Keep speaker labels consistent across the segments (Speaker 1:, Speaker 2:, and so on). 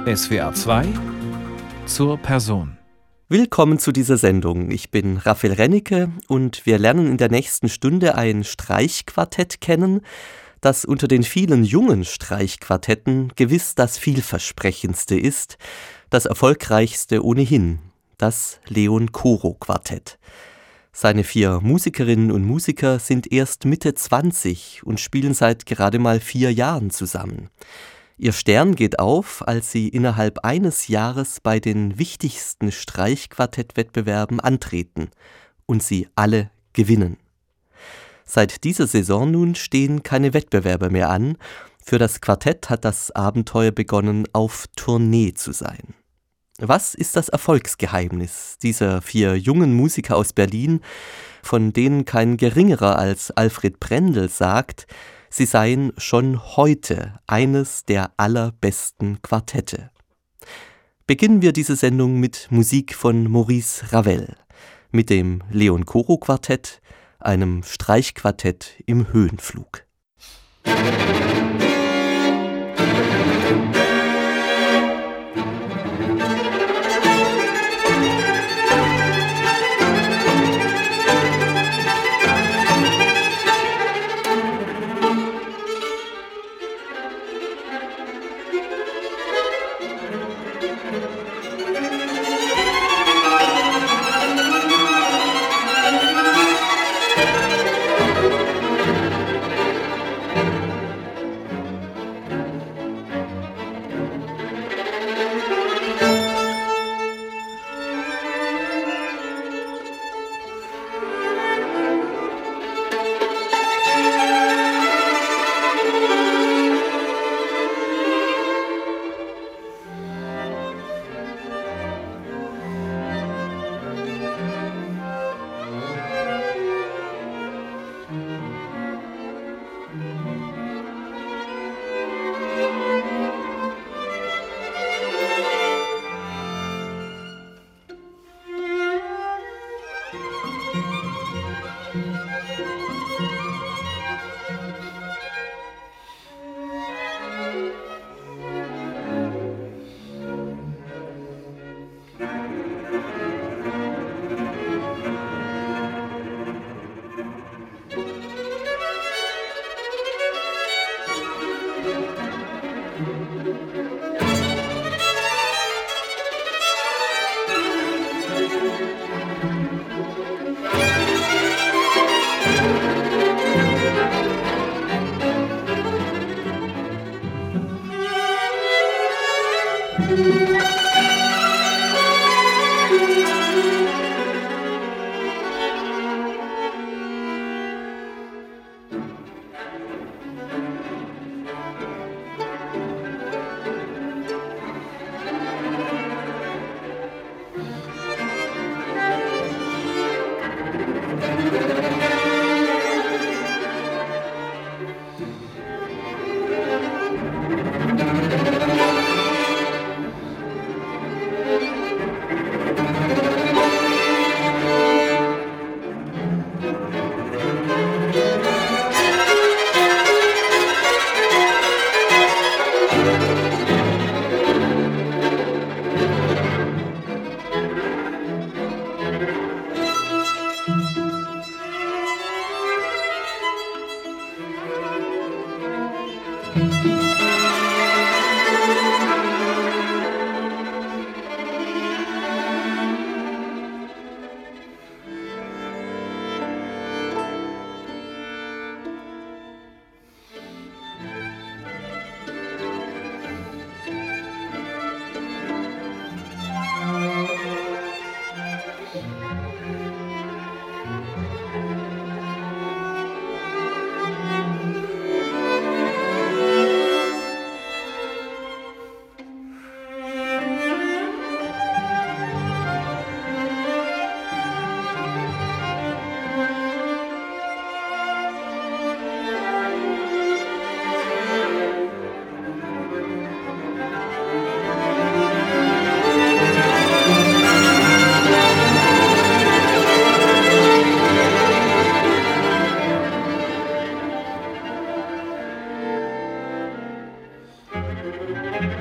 Speaker 1: SWR 2 zur Person.
Speaker 2: Willkommen zu dieser Sendung. Ich bin Raphael Rennecke und wir lernen in der nächsten Stunde ein Streichquartett kennen, das unter den vielen jungen Streichquartetten gewiss das vielversprechendste ist, das erfolgreichste ohnehin, das Leon-Coro-Quartett. Seine 4 Musikerinnen und Musiker sind erst Mitte 20 und spielen seit gerade mal 4 Jahren zusammen. Ihr Stern geht auf, als sie innerhalb eines Jahres bei den wichtigsten Streichquartettwettbewerben antreten und sie alle gewinnen. Seit dieser Saison nun stehen keine Wettbewerbe mehr an. Für das Quartett hat das Abenteuer begonnen, auf Tournee zu sein. Was ist das Erfolgsgeheimnis dieser 4 jungen Musiker aus Berlin, von denen kein geringerer als Alfred Brendel sagt, sie seien schon heute eines der allerbesten Quartette? Beginnen wir diese Sendung mit Musik von Maurice Ravel, mit dem Leon-Coro-Quartett, einem Streichquartett im Höhenflug.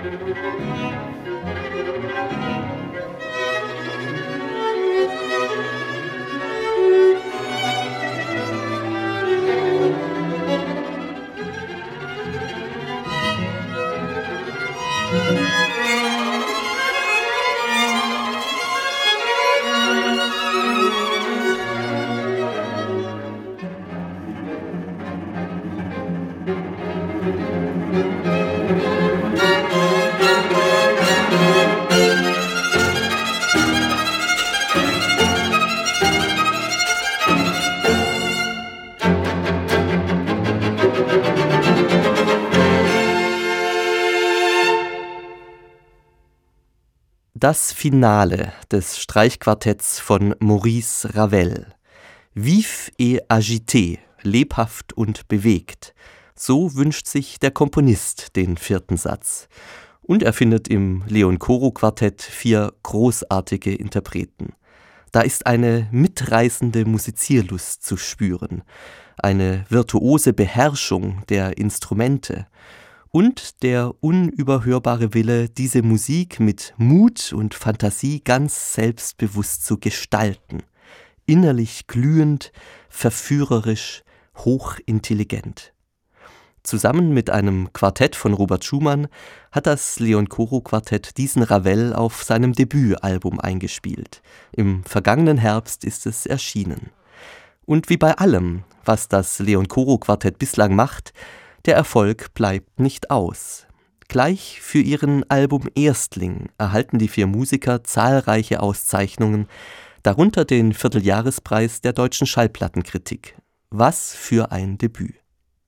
Speaker 2: Das Finale des Streichquartetts von Maurice Ravel. Vif et agité, lebhaft und bewegt. So wünscht sich der Komponist den 4. Satz. Und er findet im Leon-Koro-Quartett 4 großartige Interpreten. Da ist eine mitreißende Musizierlust zu spüren, eine virtuose Beherrschung der Instrumente und der unüberhörbare Wille, diese Musik mit Mut und Fantasie ganz selbstbewusst zu gestalten, innerlich glühend, verführerisch, hochintelligent. Zusammen mit einem Quartett von Robert Schumann hat das Leon-Koro-Quartett diesen Ravel auf seinem Debütalbum eingespielt. Im vergangenen Herbst ist es erschienen. Und wie bei allem, was das Leon-Koro-Quartett bislang macht, der Erfolg bleibt nicht aus. Gleich für ihren Album Erstling erhalten die 4 Musiker zahlreiche Auszeichnungen, darunter den Vierteljahrespreis der Deutschen Schallplattenkritik. Was für ein Debüt!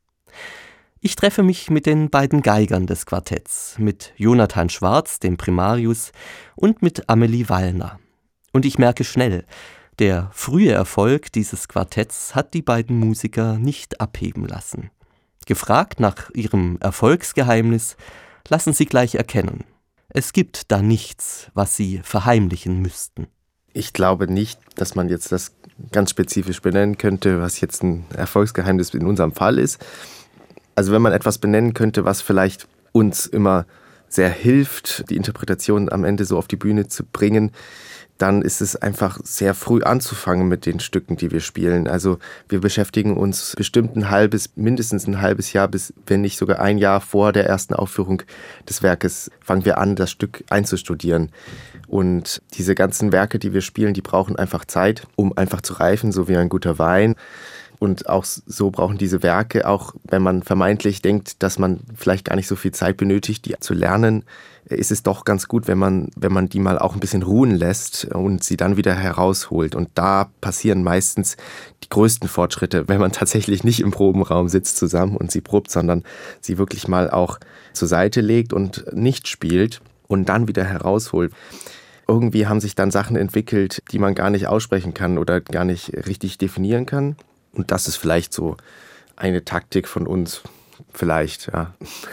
Speaker 2: Ich treffe mich mit den beiden Geigern des Quartetts, mit Jonathan Schwarz, dem Primarius, und mit Amelie Wallner. Und ich merke schnell, der frühe Erfolg dieses Quartetts hat die beiden Musiker nicht abheben lassen. Gefragt nach ihrem Erfolgsgeheimnis, lassen sie gleich erkennen. Es gibt da nichts, was sie verheimlichen müssten.
Speaker 3: Ich glaube nicht, dass man jetzt das ganz spezifisch benennen könnte, was jetzt ein Erfolgsgeheimnis in unserem Fall ist. Also wenn man etwas benennen könnte, was vielleicht uns immer sehr hilft, die Interpretation am Ende so auf die Bühne zu bringen, dann ist es einfach sehr früh anzufangen mit den Stücken, die wir spielen. Also wir beschäftigen uns bestimmt mindestens ein halbes Jahr, bis wenn nicht sogar ein Jahr vor der ersten Aufführung des Werkes, fangen wir an, das Stück einzustudieren. Und diese ganzen Werke, die wir spielen, die brauchen einfach Zeit, um einfach zu reifen, so wie ein guter Wein. Und auch so brauchen diese Werke, auch wenn man vermeintlich denkt, dass man vielleicht gar nicht so viel Zeit benötigt, die zu lernen, ist es doch ganz gut, wenn man die mal auch ein bisschen ruhen lässt und sie dann wieder herausholt. Und da passieren meistens die größten Fortschritte, wenn man tatsächlich nicht im Probenraum sitzt zusammen und sie probt, sondern sie wirklich mal auch zur Seite legt und nicht spielt und dann wieder herausholt. Irgendwie haben sich dann Sachen entwickelt, die man gar nicht aussprechen kann oder gar nicht richtig definieren kann. Und das ist vielleicht so eine Taktik von uns, vielleicht, ja.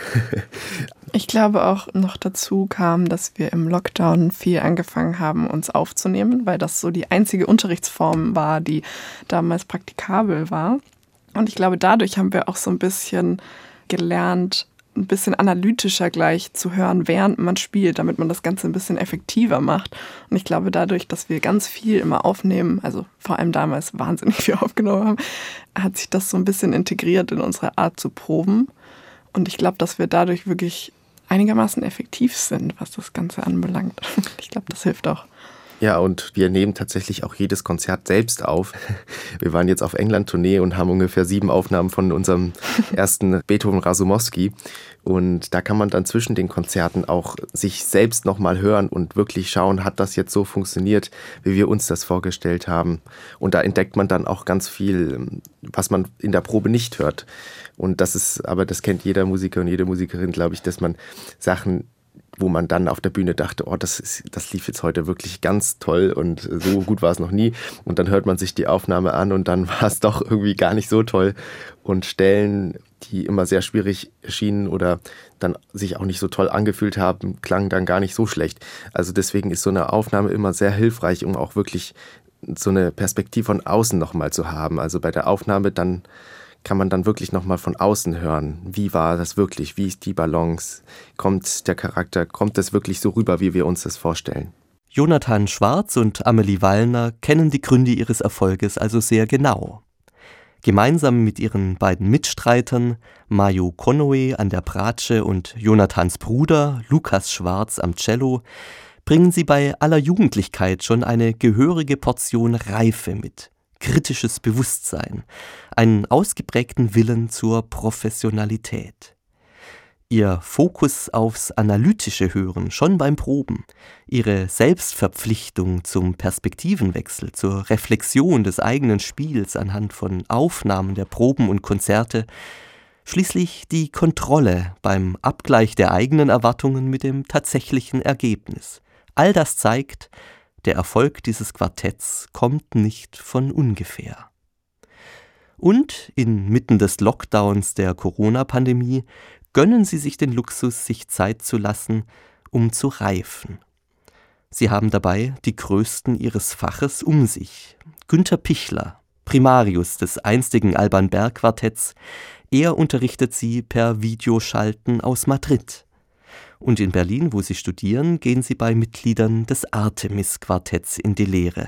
Speaker 4: Ich glaube auch noch dazu kam, dass wir im Lockdown viel angefangen haben, uns aufzunehmen, weil das so die einzige Unterrichtsform war, die damals praktikabel war. Und ich glaube, dadurch haben wir auch so ein bisschen gelernt, ein bisschen analytischer gleich zu hören, während man spielt, damit man das Ganze ein bisschen effektiver macht. Und ich glaube, dadurch, dass wir ganz viel immer aufnehmen, also vor allem damals wahnsinnig viel aufgenommen haben, hat sich das so ein bisschen integriert in unsere Art zu proben. Und ich glaube, dass wir dadurch wirklich einigermaßen effektiv sind, was das Ganze anbelangt. Ich glaube, das hilft auch.
Speaker 3: Ja, und wir nehmen tatsächlich auch jedes Konzert selbst auf. Wir waren jetzt auf England-Tournee und haben ungefähr 7 Aufnahmen von unserem ersten Beethoven-Rasumowski. Und da kann man dann zwischen den Konzerten auch sich selbst nochmal hören und wirklich schauen, hat das jetzt so funktioniert, wie wir uns das vorgestellt haben. Und da entdeckt man dann auch ganz viel, was man in der Probe nicht hört. Und das kennt jeder Musiker und jede Musikerin, glaube ich, dass man Sachen, wo man dann auf der Bühne dachte, oh, das lief jetzt heute wirklich ganz toll und so gut war es noch nie. Und dann hört man sich die Aufnahme an und dann war es doch irgendwie gar nicht so toll. Und Stellen, die immer sehr schwierig erschienen oder dann sich auch nicht so toll angefühlt haben, klangen dann gar nicht so schlecht. Also deswegen ist so eine Aufnahme immer sehr hilfreich, um auch wirklich so eine Perspektive von außen nochmal zu haben. Also bei der Aufnahme dann kann man dann wirklich nochmal von außen hören. Wie war das wirklich? Wie ist die Balance? Kommt der Charakter, kommt das wirklich so rüber, wie wir uns das vorstellen?
Speaker 2: Jonathan Schwarz und Amelie Wallner kennen die Gründe ihres Erfolges also sehr genau. Gemeinsam mit ihren beiden Mitstreitern, Mayu Konoe an der Bratsche und Jonathans Bruder, Lukas Schwarz am Cello, bringen sie bei aller Jugendlichkeit schon eine gehörige Portion Reife mit, kritisches Bewusstsein, einen ausgeprägten Willen zur Professionalität. Ihr Fokus aufs analytische Hören schon beim Proben, ihre Selbstverpflichtung zum Perspektivenwechsel, zur Reflexion des eigenen Spiels anhand von Aufnahmen der Proben und Konzerte, schließlich die Kontrolle beim Abgleich der eigenen Erwartungen mit dem tatsächlichen Ergebnis. All das zeigt, der Erfolg dieses Quartetts kommt nicht von ungefähr. Und inmitten des Lockdowns der Corona-Pandemie gönnen sie sich den Luxus, sich Zeit zu lassen, um zu reifen. Sie haben dabei die Größten ihres Faches um sich. Günter Pichler, Primarius des einstigen Alban Berg Quartetts, er unterrichtet sie per Videoschalten aus Madrid. Und in Berlin, wo sie studieren, gehen sie bei Mitgliedern des Artemis-Quartetts in die Lehre.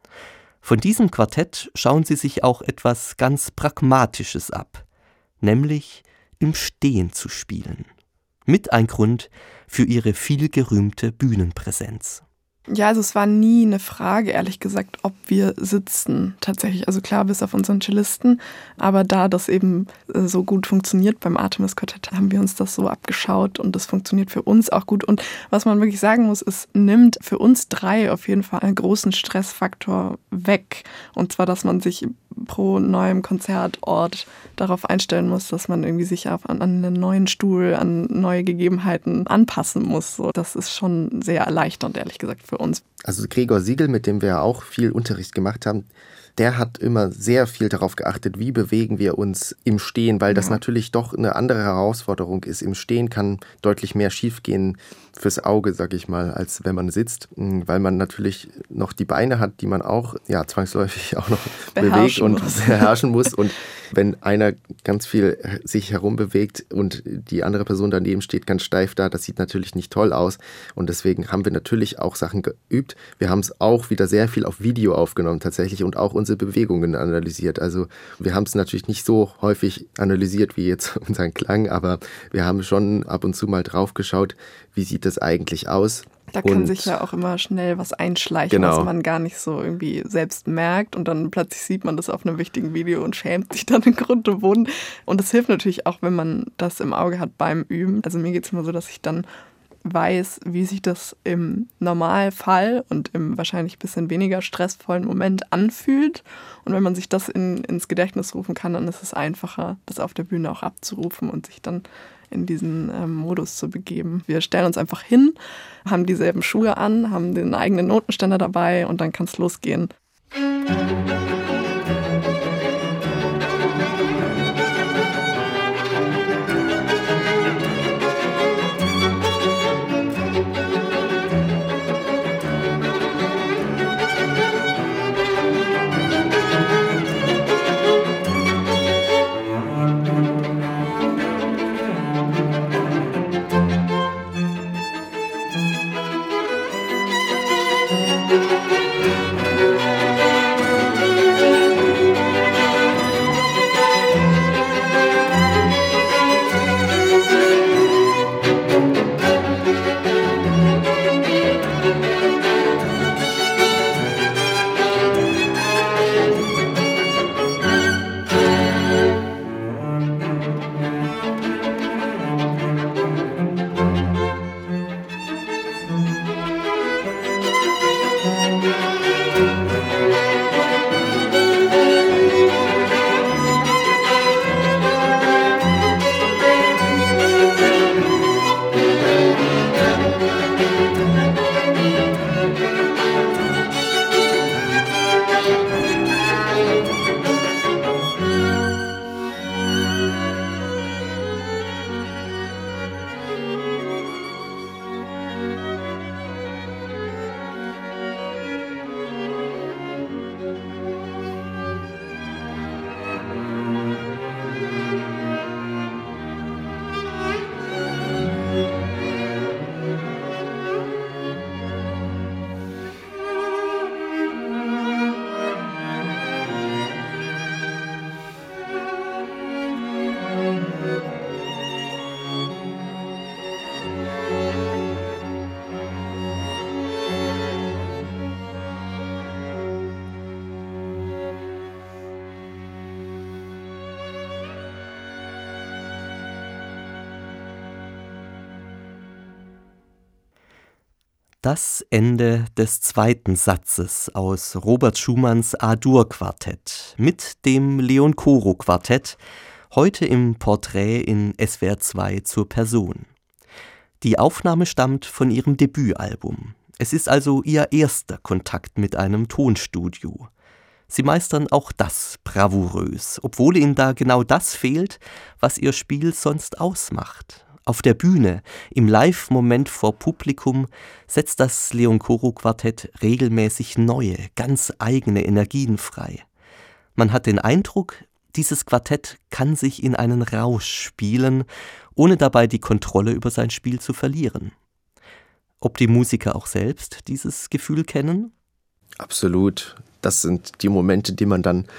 Speaker 2: Von diesem Quartett schauen sie sich auch etwas ganz Pragmatisches ab, nämlich im Stehen zu spielen. Mit ein Grund für ihre vielgerühmte Bühnenpräsenz.
Speaker 4: Ja, also es war nie eine Frage, ehrlich gesagt, ob wir sitzen tatsächlich. Also klar, bis auf unseren Cellisten, aber da das eben so gut funktioniert beim Artemis-Quartett, haben wir uns das so abgeschaut und das funktioniert für uns auch gut. Und was man wirklich sagen muss, es nimmt für uns 3 auf jeden Fall einen großen Stressfaktor weg. Und zwar, dass man sich pro neuem Konzertort darauf einstellen muss, dass man irgendwie sich an einen neuen Stuhl, an neue Gegebenheiten anpassen muss. So, das ist schon sehr erleichternd, ehrlich gesagt, für uns.
Speaker 3: Also Gregor Siegel, mit dem wir auch viel Unterricht gemacht haben, der hat immer sehr viel darauf geachtet, wie bewegen wir uns im Stehen, weil das natürlich doch eine andere Herausforderung ist. Im Stehen kann deutlich mehr schiefgehen fürs Auge, sag ich mal, als wenn man sitzt, weil man natürlich noch die Beine hat, die man auch zwangsläufig auch noch bewegt und beherrschen muss. Und wenn einer ganz viel sich herumbewegt und die andere Person daneben steht ganz steif da, das sieht natürlich nicht toll aus. Und deswegen haben wir natürlich auch Sachen geübt. Wir haben es auch wieder sehr viel auf Video aufgenommen tatsächlich und auch unsere Bewegungen analysiert. Also wir haben es natürlich nicht so häufig analysiert wie jetzt unseren Klang, aber wir haben schon ab und zu mal drauf geschaut, wie sieht das eigentlich aus.
Speaker 4: Da kann sich ja auch immer schnell was einschleichen, was man gar nicht so irgendwie selbst merkt und dann plötzlich sieht man das auf einem wichtigen Video und schämt sich dann in Grund und Boden. Und das hilft natürlich auch, wenn man das im Auge hat beim Üben. Also mir geht es immer so, dass ich dann weiß, wie sich das im Normalfall und im wahrscheinlich ein bisschen weniger stressvollen Moment anfühlt. Und wenn man sich das ins Gedächtnis rufen kann, dann ist es einfacher, das auf der Bühne auch abzurufen und sich dann in diesen Modus zu begeben. Wir stellen uns einfach hin, haben dieselben Schuhe an, haben den eigenen Notenständer dabei und dann kann es losgehen.
Speaker 2: Das Ende des zweiten Satzes aus Robert Schumanns A-Dur-Quartett mit dem Leon-Koro-Quartett, heute im Porträt in SWR 2 zur Person. Die Aufnahme stammt von ihrem Debütalbum. Es ist also ihr erster Kontakt mit einem Tonstudio. Sie meistern auch das bravourös, obwohl ihnen da genau das fehlt, was ihr Spiel sonst ausmacht. Auf der Bühne, im Live-Moment vor Publikum, setzt das Leon-Koro-Quartett regelmäßig neue, ganz eigene Energien frei. Man hat den Eindruck, dieses Quartett kann sich in einen Rausch spielen, ohne dabei die Kontrolle über sein Spiel zu verlieren. Ob die Musiker auch selbst dieses Gefühl kennen?
Speaker 3: Absolut. Das sind die Momente, die man dann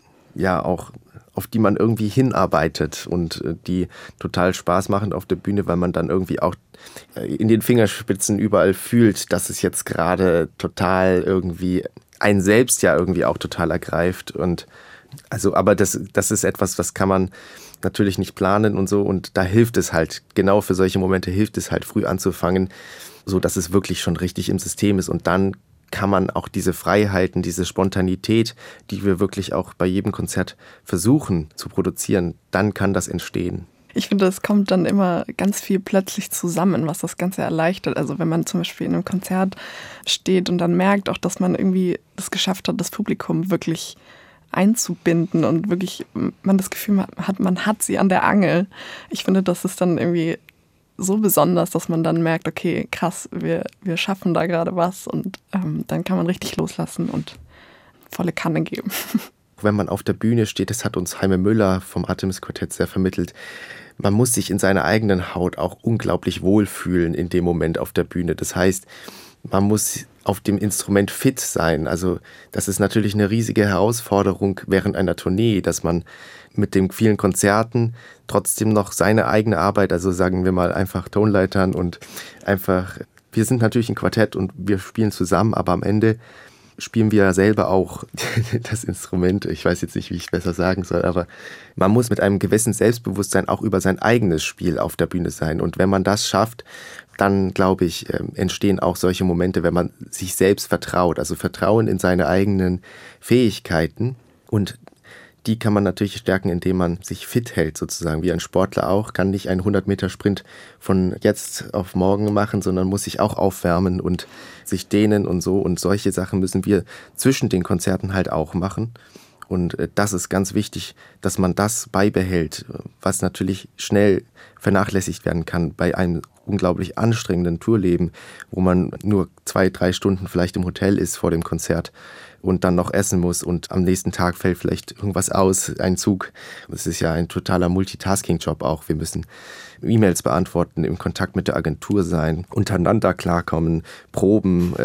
Speaker 3: ja auch, auf die man irgendwie hinarbeitet und die total Spaß machen auf der Bühne, weil man dann irgendwie auch in den Fingerspitzen überall fühlt, dass es jetzt gerade total irgendwie einen selbst ja irgendwie auch total ergreift. Und also, aber das ist etwas, was kann man natürlich nicht planen und so, und da hilft es halt, genau für solche Momente hilft es halt, früh anzufangen, so dass es wirklich schon richtig im System ist, und dann kann man auch diese Freiheiten, diese Spontanität, die wir wirklich auch bei jedem Konzert versuchen zu produzieren, dann kann das entstehen.
Speaker 4: Ich finde, es kommt dann immer ganz viel plötzlich zusammen, was das Ganze erleichtert. Also wenn man zum Beispiel in einem Konzert steht und dann merkt auch, dass man irgendwie das geschafft hat, das Publikum wirklich einzubinden und wirklich man das Gefühl hat, man hat sie an der Angel. Ich finde, das ist dann irgendwie so besonders, dass man dann merkt, okay, krass, wir schaffen da gerade was, und dann kann man richtig loslassen und volle Kanne geben.
Speaker 3: Wenn man auf der Bühne steht, das hat uns Jaime Müller vom Artemis-Quartett sehr vermittelt, man muss sich in seiner eigenen Haut auch unglaublich wohlfühlen in dem Moment auf der Bühne. Das heißt, man muss auf dem Instrument fit sein. Also das ist natürlich eine riesige Herausforderung während einer Tournee, dass man mit den vielen Konzerten trotzdem noch seine eigene Arbeit, also sagen wir mal einfach Tonleitern und einfach, wir sind natürlich ein Quartett und wir spielen zusammen, aber am Ende spielen wir selber auch das Instrument. Ich weiß jetzt nicht, wie ich es besser sagen soll, aber man muss mit einem gewissen Selbstbewusstsein auch über sein eigenes Spiel auf der Bühne sein. Und wenn man das schafft, dann, glaube ich, entstehen auch solche Momente, wenn man sich selbst vertraut. Also Vertrauen in seine eigenen Fähigkeiten. Und die kann man natürlich stärken, indem man sich fit hält, sozusagen. Wie ein Sportler auch, kann nicht einen 100-Meter-Sprint von jetzt auf morgen machen, sondern muss sich auch aufwärmen und sich dehnen und so. Und solche Sachen müssen wir zwischen den Konzerten halt auch machen. Und das ist ganz wichtig, dass man das beibehält, was natürlich schnell vernachlässigt werden kann bei einem unglaublich anstrengenden Tourleben, wo man nur 2-3 Stunden vielleicht im Hotel ist vor dem Konzert und dann noch essen muss, und am nächsten Tag fällt vielleicht irgendwas aus, ein Zug. Es ist ja ein totaler Multitasking-Job auch. Wir müssen E-Mails beantworten, im Kontakt mit der Agentur sein, untereinander klarkommen, proben,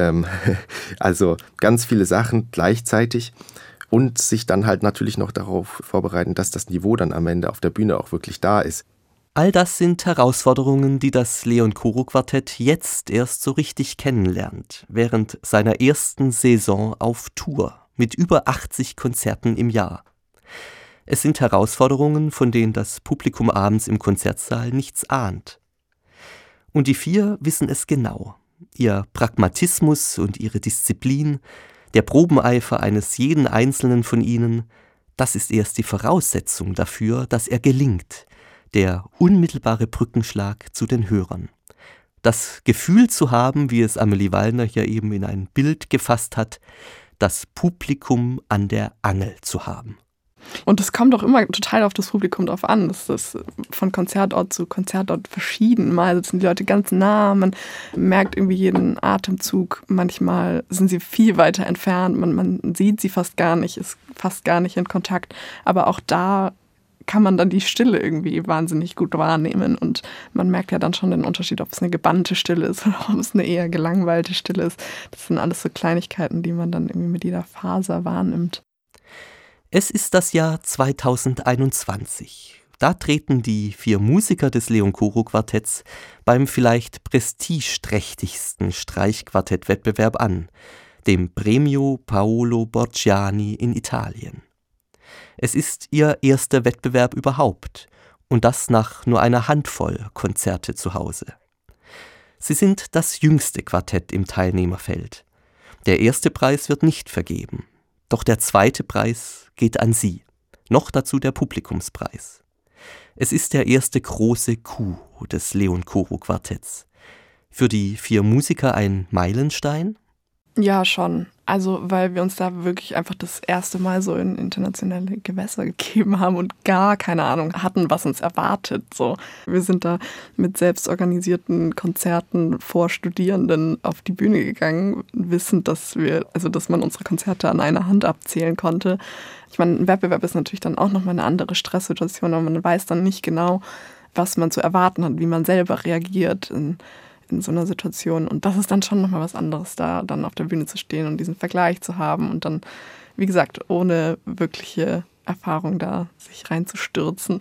Speaker 3: also ganz viele Sachen gleichzeitig. Und sich dann halt natürlich noch darauf vorbereiten, dass das Niveau dann am Ende auf der Bühne auch wirklich da ist.
Speaker 2: All das sind Herausforderungen, die das Leon-Koro-Quartett jetzt erst so richtig kennenlernt, während seiner ersten Saison auf Tour mit über 80 Konzerten im Jahr. Es sind Herausforderungen, von denen das Publikum abends im Konzertsaal nichts ahnt. Und die 4 wissen es genau. Ihr Pragmatismus und ihre Disziplin, der Probeneifer eines jeden Einzelnen von ihnen, das ist erst die Voraussetzung dafür, dass er gelingt, der unmittelbare Brückenschlag zu den Hörern. Das Gefühl zu haben, wie es Amelie Wallner hier eben in ein Bild gefasst hat, das Publikum an der Angel zu haben.
Speaker 4: Und es kommt auch immer total auf das Publikum drauf an. Das ist von Konzertort zu Konzertort verschieden. Mal sitzen die Leute ganz nah, man merkt irgendwie jeden Atemzug. Manchmal sind sie viel weiter entfernt, man sieht sie fast gar nicht, ist fast gar nicht in Kontakt. Aber auch da kann man dann die Stille irgendwie wahnsinnig gut wahrnehmen. Und man merkt ja dann schon den Unterschied, ob es eine gebannte Stille ist oder ob es eine eher gelangweilte Stille ist. Das sind alles so Kleinigkeiten, die man dann irgendwie mit jeder Faser wahrnimmt.
Speaker 2: Es ist das Jahr 2021. Da treten die 4 Musiker des Leon-Koro-Quartetts beim vielleicht prestigeträchtigsten Streichquartettwettbewerb an, dem Premio Paolo Borgiani in Italien. Es ist ihr erster Wettbewerb überhaupt, und das nach nur einer Handvoll Konzerte zu Hause. Sie sind das jüngste Quartett im Teilnehmerfeld. Der erste Preis wird nicht vergeben, doch der zweite Preis geht an Sie, noch dazu der Publikumspreis. Es ist der erste große Coup des Leon Koro Quartetts. Für die 4 Musiker ein Meilenstein?
Speaker 4: Ja, schon. Also, weil wir uns da wirklich einfach das erste Mal so in internationale Gewässer gegeben haben und gar keine Ahnung hatten, was uns erwartet. So, wir sind da mit selbstorganisierten Konzerten vor Studierenden auf die Bühne gegangen, wissend, dass man unsere Konzerte an einer Hand abzählen konnte. Ich meine, ein Wettbewerb ist natürlich dann auch nochmal eine andere Stresssituation, aber man weiß dann nicht genau, was man zu erwarten hat, wie man selber reagiert in so einer Situation. Und das ist dann schon nochmal was anderes, da dann auf der Bühne zu stehen und diesen Vergleich zu haben und dann, wie gesagt, ohne wirkliche Erfahrung da sich reinzustürzen.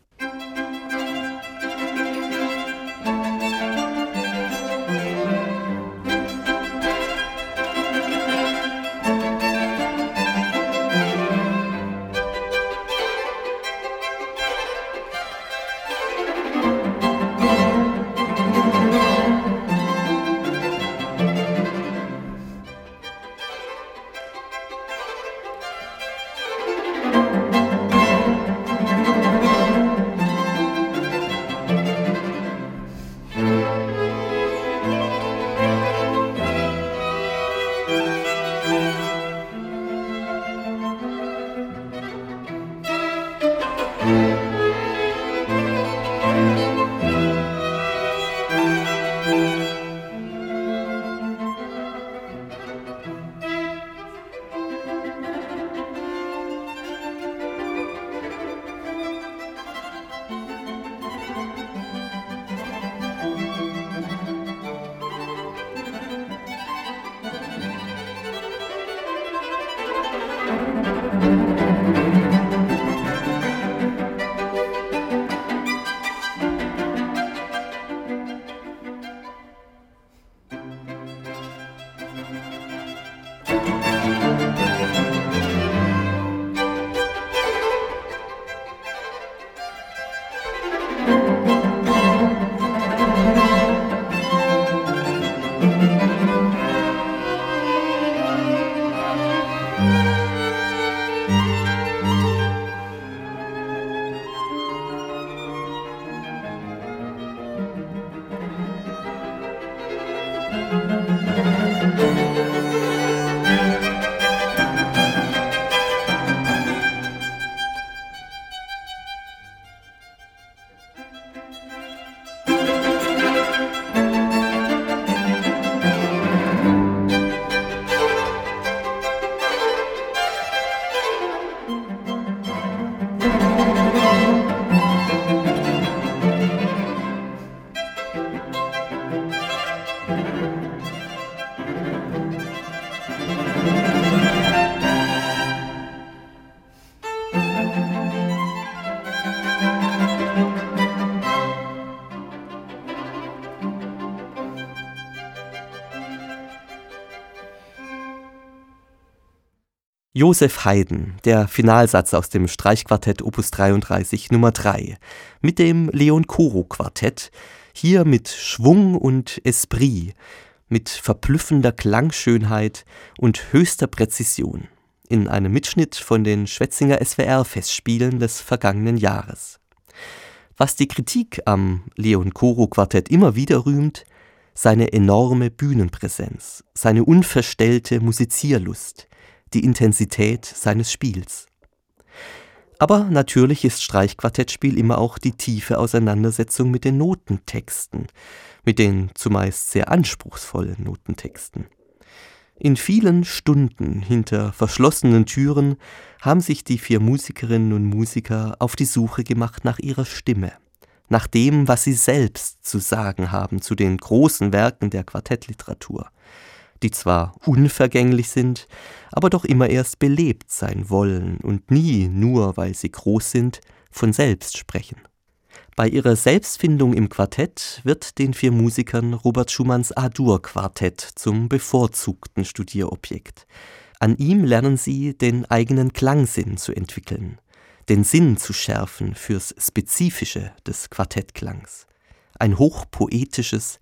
Speaker 2: Joseph Haydn, der Finalsatz aus dem Streichquartett Opus 33 Nummer 3 mit dem Leon Koro Quartett, hier mit Schwung und Esprit, mit verblüffender Klangschönheit und höchster Präzision, in einem Mitschnitt von den Schwetzinger SWR-Festspielen des vergangenen Jahres. Was die Kritik am Leon Koro Quartett immer wieder rühmt, seine enorme Bühnenpräsenz, seine unverstellte Musizierlust, die Intensität seines Spiels. Aber natürlich ist Streichquartettspiel immer auch die tiefe Auseinandersetzung mit den Notentexten, mit den zumeist sehr anspruchsvollen Notentexten. In vielen Stunden hinter verschlossenen Türen haben sich die 4 Musikerinnen und Musiker auf die Suche gemacht nach ihrer Stimme, nach dem, was sie selbst zu sagen haben zu den großen Werken der Quartettliteratur, die zwar unvergänglich sind, aber doch immer erst belebt sein wollen und nie, nur weil sie groß sind, von selbst sprechen. Bei ihrer Selbstfindung im Quartett wird den 4 Musikern Robert Schumanns A-Dur-Quartett zum bevorzugten Studierobjekt. An ihm lernen sie, den eigenen Klangsinn zu entwickeln, den Sinn zu schärfen fürs Spezifische des Quartettklangs. Ein hochpoetisches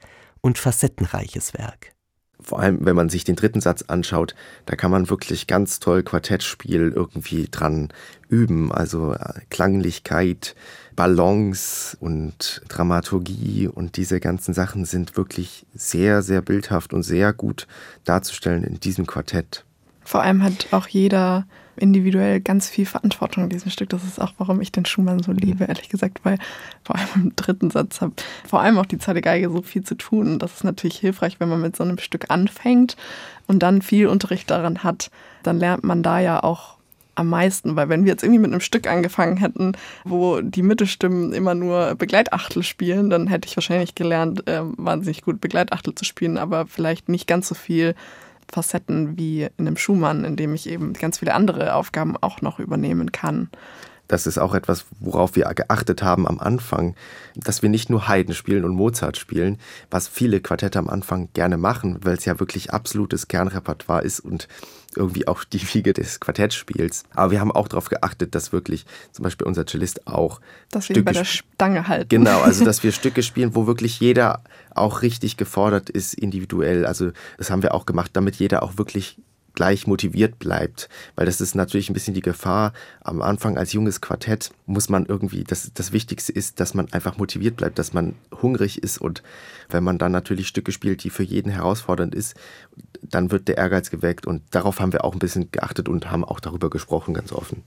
Speaker 2: und facettenreiches Werk.
Speaker 3: Vor allem, wenn man sich den dritten Satz anschaut, da kann man wirklich ganz toll Quartettspiel irgendwie dran üben. Also Klanglichkeit, Balance und Dramaturgie und diese ganzen Sachen sind wirklich sehr, sehr bildhaft und sehr gut darzustellen in diesem Quartett.
Speaker 4: Vor allem hat auch jeder individuell ganz viel Verantwortung in diesem Stück. Das ist auch, warum ich den Schumann so liebe, ehrlich gesagt, weil vor allem im dritten Satz hat vor allem auch die zweite Geige so viel zu tun. Das ist natürlich hilfreich, wenn man mit so einem Stück anfängt und dann viel Unterricht daran hat, dann lernt man da ja auch am meisten, weil wenn wir jetzt irgendwie mit einem Stück angefangen hätten, wo die Mittelstimmen immer nur Begleitachtel spielen, dann hätte ich wahrscheinlich gelernt, wahnsinnig gut Begleitachtel zu spielen, aber vielleicht nicht ganz so viel Facetten wie in einem Schumann, in dem ich eben ganz viele andere Aufgaben auch noch übernehmen kann.
Speaker 3: Das ist auch etwas, worauf wir geachtet haben am Anfang, dass wir nicht nur Haydn spielen und Mozart spielen, was viele Quartette am Anfang gerne machen, weil es ja wirklich absolutes Kernrepertoire ist und irgendwie auch die Wiege des Quartettspiels. Aber wir haben auch darauf geachtet, dass wirklich zum Beispiel unser Cellist auch
Speaker 4: dass wir ihn bei der Stange halten.
Speaker 3: Genau, also dass wir Stücke spielen, wo wirklich jeder auch richtig gefordert ist, individuell. Also das haben wir auch gemacht, damit jeder auch wirklich gleich motiviert bleibt, weil das ist natürlich ein bisschen die Gefahr. Am Anfang als junges Quartett muss man irgendwie, das Wichtigste ist, dass man einfach motiviert bleibt, dass man hungrig ist und wenn man dann natürlich Stücke spielt, die für jeden herausfordernd ist, dann wird der Ehrgeiz geweckt und darauf haben wir auch ein bisschen geachtet und haben auch darüber gesprochen, ganz offen.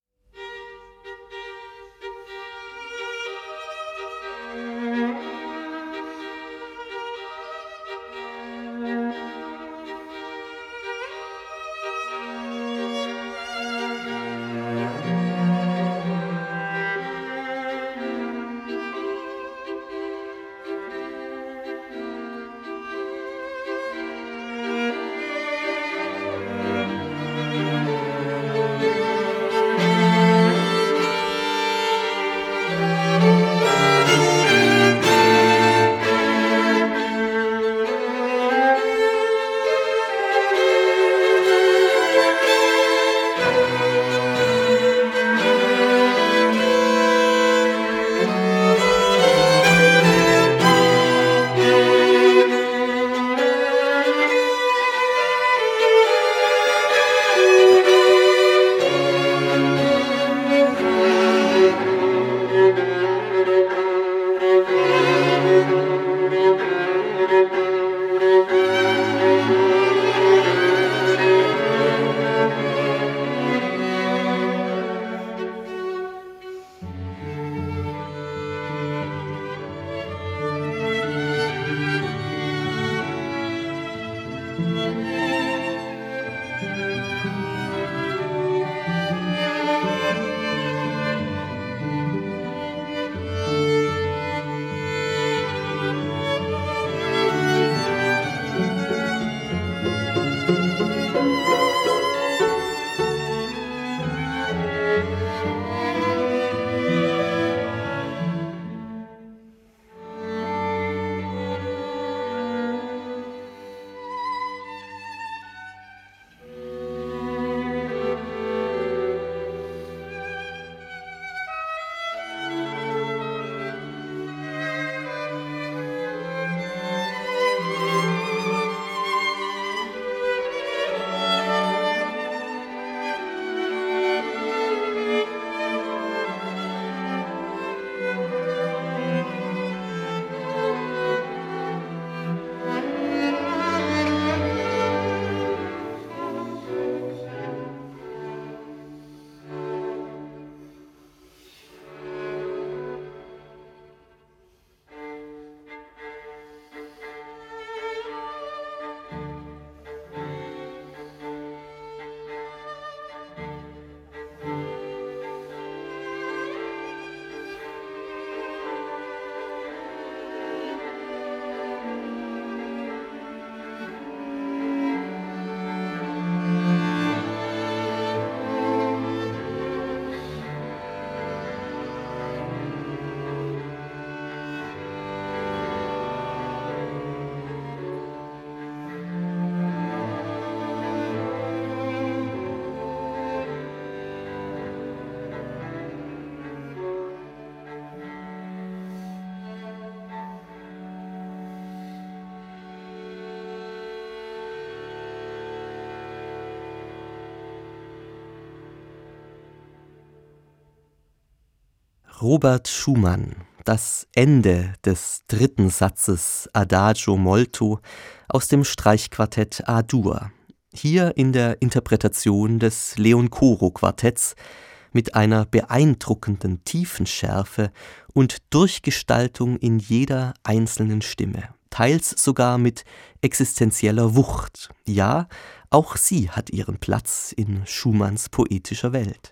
Speaker 2: Robert Schumann, das Ende des 3. Satzes Adagio molto aus dem Streichquartett A-Dur. Hier in der Interpretation des Leon-Coro-Quartetts mit einer beeindruckenden Tiefenschärfe und Durchgestaltung in jeder einzelnen Stimme, teils sogar mit existenzieller Wucht. Ja, auch sie hat ihren Platz in Schumanns poetischer Welt.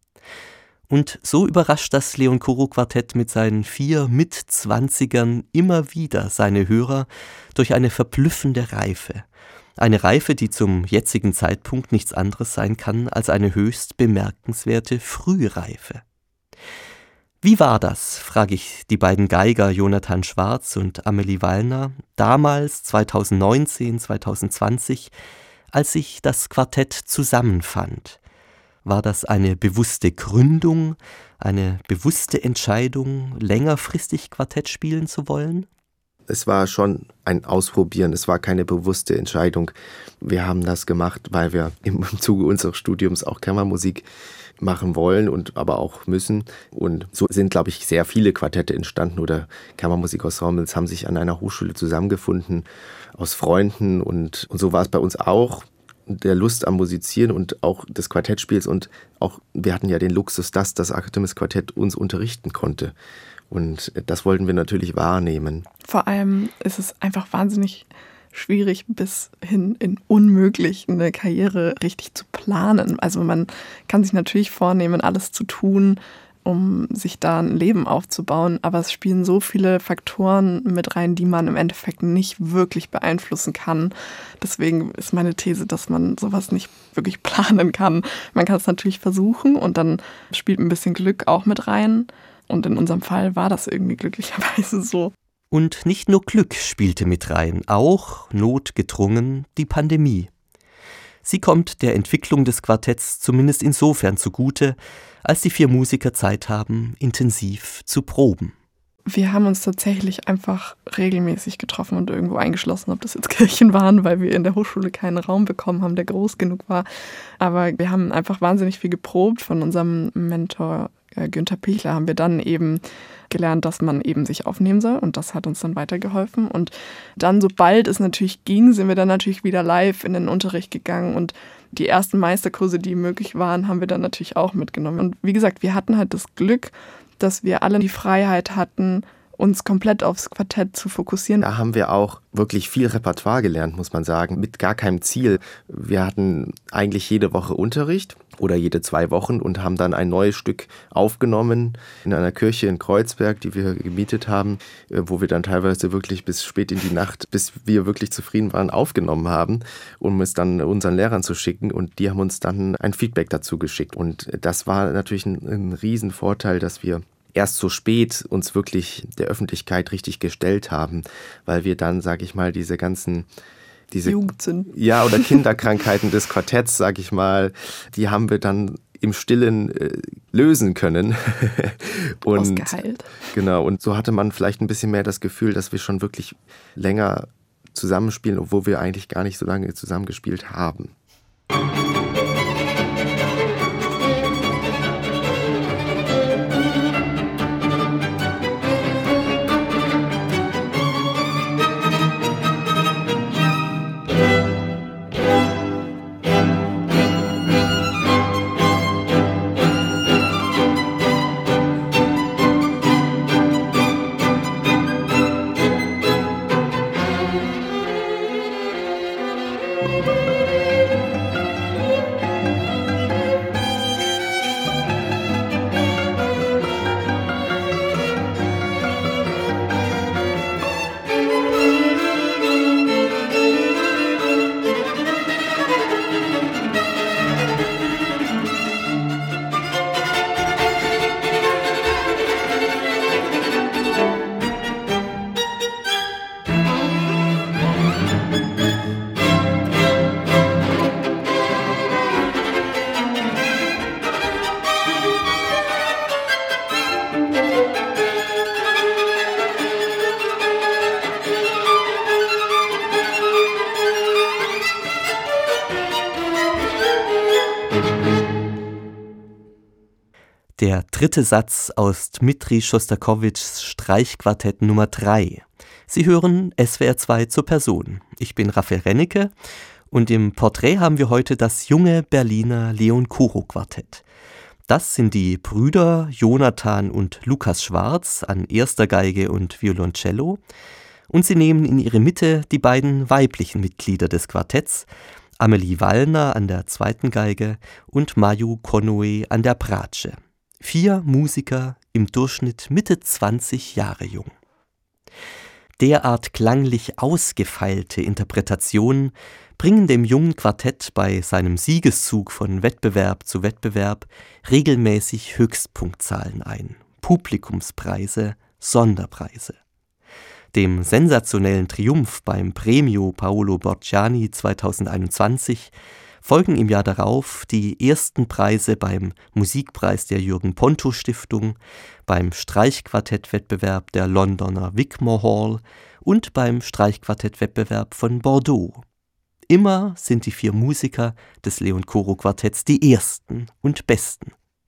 Speaker 2: Und so überrascht das Leon-Coro-Quartett mit seinen 4 Mitzwanzigern immer wieder seine Hörer durch eine verblüffende Reife. Eine Reife, die zum jetzigen Zeitpunkt nichts anderes sein kann als eine höchst bemerkenswerte Frühreife. Wie war das, frage ich die beiden Geiger Jonathan Schwarz und Amelie Wallner, damals 2019, 2020, als sich das Quartett zusammenfand? War das eine bewusste Gründung, eine bewusste Entscheidung, längerfristig Quartett spielen zu wollen?
Speaker 3: Es war schon ein Ausprobieren, es war keine bewusste Entscheidung. Wir haben das gemacht, weil wir im Zuge unseres Studiums auch Kammermusik machen wollen und aber auch müssen. Und so sind, glaube ich, sehr viele Quartette entstanden oder Kammermusikensembles haben sich an einer Hochschule zusammengefunden aus Freunden und so war es bei uns auch. Der Lust am Musizieren und auch des Quartettspiels und auch, wir hatten ja den Luxus, dass das Artemis-Quartett uns unterrichten konnte. Und das wollten wir natürlich wahrnehmen.
Speaker 4: Vor allem ist es einfach wahnsinnig schwierig bis hin in unmöglich, eine Karriere richtig zu planen. Also man kann sich natürlich vornehmen, alles zu tun, um sich da ein Leben aufzubauen, aber es spielen so viele Faktoren mit rein, die man im Endeffekt nicht wirklich beeinflussen kann. Deswegen ist meine These, dass man sowas nicht wirklich planen kann. Man kann es natürlich versuchen und dann spielt ein bisschen Glück auch mit rein. Und in unserem Fall war das irgendwie glücklicherweise so.
Speaker 2: Und nicht nur Glück spielte mit rein, auch notgedrungen die Pandemie. Sie kommt der Entwicklung des Quartetts zumindest insofern zugute, als die 4 Musiker Zeit haben, intensiv zu proben.
Speaker 4: Wir haben uns tatsächlich einfach regelmäßig getroffen und irgendwo eingeschlossen, ob das jetzt Kirchen waren, weil wir in der Hochschule keinen Raum bekommen haben, der groß genug war. Aber wir haben einfach wahnsinnig viel geprobt. Von unserem Mentor Günther Pichler haben wir dann eben gelernt, dass man eben sich aufnehmen soll und das hat uns dann weitergeholfen. Und dann, sobald es natürlich ging, sind wir dann natürlich wieder live in den Unterricht gegangen und die ersten Meisterkurse, die möglich waren, haben wir dann natürlich auch mitgenommen. Und wie gesagt, wir hatten halt das Glück, dass wir alle die Freiheit hatten, uns komplett aufs Quartett zu fokussieren.
Speaker 3: Da haben wir auch wirklich viel Repertoire gelernt, muss man sagen, mit gar keinem Ziel. Wir hatten eigentlich jede Woche Unterricht oder jede 2 Wochen und haben dann ein neues Stück aufgenommen in einer Kirche in Kreuzberg, die wir gemietet haben, wo wir dann teilweise wirklich bis spät in die Nacht, bis wir wirklich zufrieden waren, aufgenommen haben, um es dann unseren Lehrern zu schicken und die haben uns dann ein Feedback dazu geschickt. Und das war natürlich ein Riesenvorteil, dass wir erst so spät uns wirklich der Öffentlichkeit richtig gestellt haben, weil wir dann, sage ich mal, diese
Speaker 4: Jugendsünden.
Speaker 3: Ja, oder Kinderkrankheiten des Quartetts, sage ich mal, die haben wir dann im Stillen lösen können. Und
Speaker 4: ausgeheilt.
Speaker 3: Genau, und so hatte man vielleicht ein bisschen mehr das Gefühl, dass wir schon wirklich länger zusammenspielen, obwohl wir eigentlich gar nicht so lange zusammengespielt haben.
Speaker 2: Der dritte Satz aus Dmitri Schostakowitschs Streichquartett Nummer 3. Sie hören SWR 2 zur Person. Ich bin Raphael Rennecke und im Porträt haben wir heute das junge Berliner Leon-Koro-Quartett. Das sind die Brüder Jonathan und Lukas Schwarz an erster Geige und Violoncello und sie nehmen in ihre Mitte die beiden weiblichen Mitglieder des Quartetts, Amelie Wallner an der zweiten Geige und Mayu Konoe an der Bratsche. 4 Musiker, im Durchschnitt Mitte 20 Jahre jung. Derart klanglich ausgefeilte Interpretationen bringen dem jungen Quartett bei seinem Siegeszug von Wettbewerb zu Wettbewerb regelmäßig Höchstpunktzahlen ein. Publikumspreise, Sonderpreise. Dem sensationellen Triumph beim Premio Paolo Borgianni 2021 folgen im Jahr darauf die ersten Preise beim Musikpreis der Jürgen-Ponto-Stiftung, beim Streichquartettwettbewerb der Londoner Wigmore Hall und beim Streichquartettwettbewerb von Bordeaux. Immer sind die 4 Musiker des Leon-Koro-Quartetts die ersten und besten.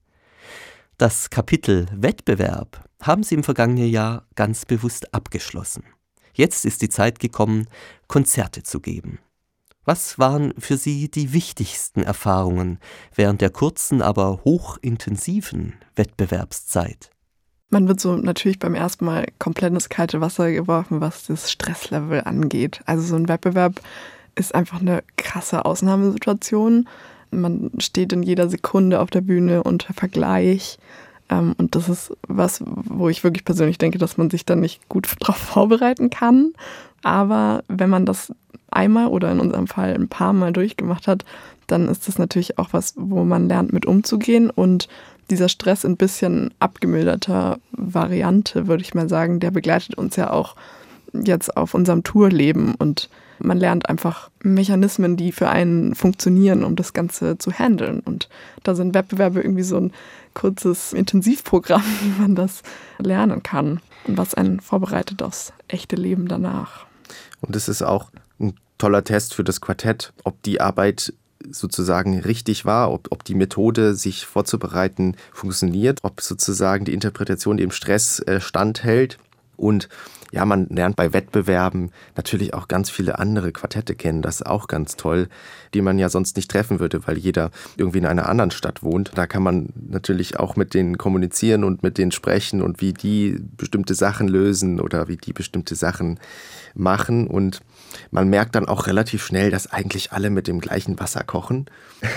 Speaker 2: Das Kapitel Wettbewerb haben sie im vergangenen Jahr ganz bewusst abgeschlossen. Jetzt ist die Zeit gekommen, Konzerte zu geben. Was waren für Sie die wichtigsten Erfahrungen während der kurzen, aber hochintensiven Wettbewerbszeit?
Speaker 4: Man wird so natürlich beim ersten Mal komplett ins kalte Wasser geworfen, was das Stresslevel angeht. Also so ein Wettbewerb ist einfach eine krasse Ausnahmesituation. Man steht in jeder Sekunde auf der Bühne unter Vergleich. Und das ist was, wo ich wirklich persönlich denke, dass man sich dann nicht gut darauf vorbereiten kann. Aber wenn man das einmal oder in unserem Fall ein paar Mal durchgemacht hat, dann ist das natürlich auch was, wo man lernt, mit umzugehen. Und dieser Stress in ein bisschen abgemilderter Variante, würde ich mal sagen, der begleitet uns ja auch jetzt auf unserem Tourleben. Und man lernt einfach Mechanismen, die für einen funktionieren, um das Ganze zu handeln. Und da sind Wettbewerbe irgendwie so ein kurzes Intensivprogramm, wie man das lernen kann und was einen vorbereitet aufs echte Leben danach.
Speaker 3: Und es ist auch ein toller Test für das Quartett, ob die Arbeit sozusagen richtig war, ob die Methode, sich vorzubereiten, funktioniert, ob sozusagen die Interpretation dem Stress standhält. Und ja, man lernt bei Wettbewerben natürlich auch ganz viele andere Quartette kennen. Das ist auch ganz toll, die man ja sonst nicht treffen würde, weil jeder irgendwie in einer anderen Stadt wohnt. Da kann man natürlich auch mit denen kommunizieren und mit denen sprechen und wie die bestimmte Sachen lösen oder wie die bestimmte Sachen machen. Und man merkt dann auch relativ schnell, dass eigentlich alle mit dem gleichen Wasser kochen.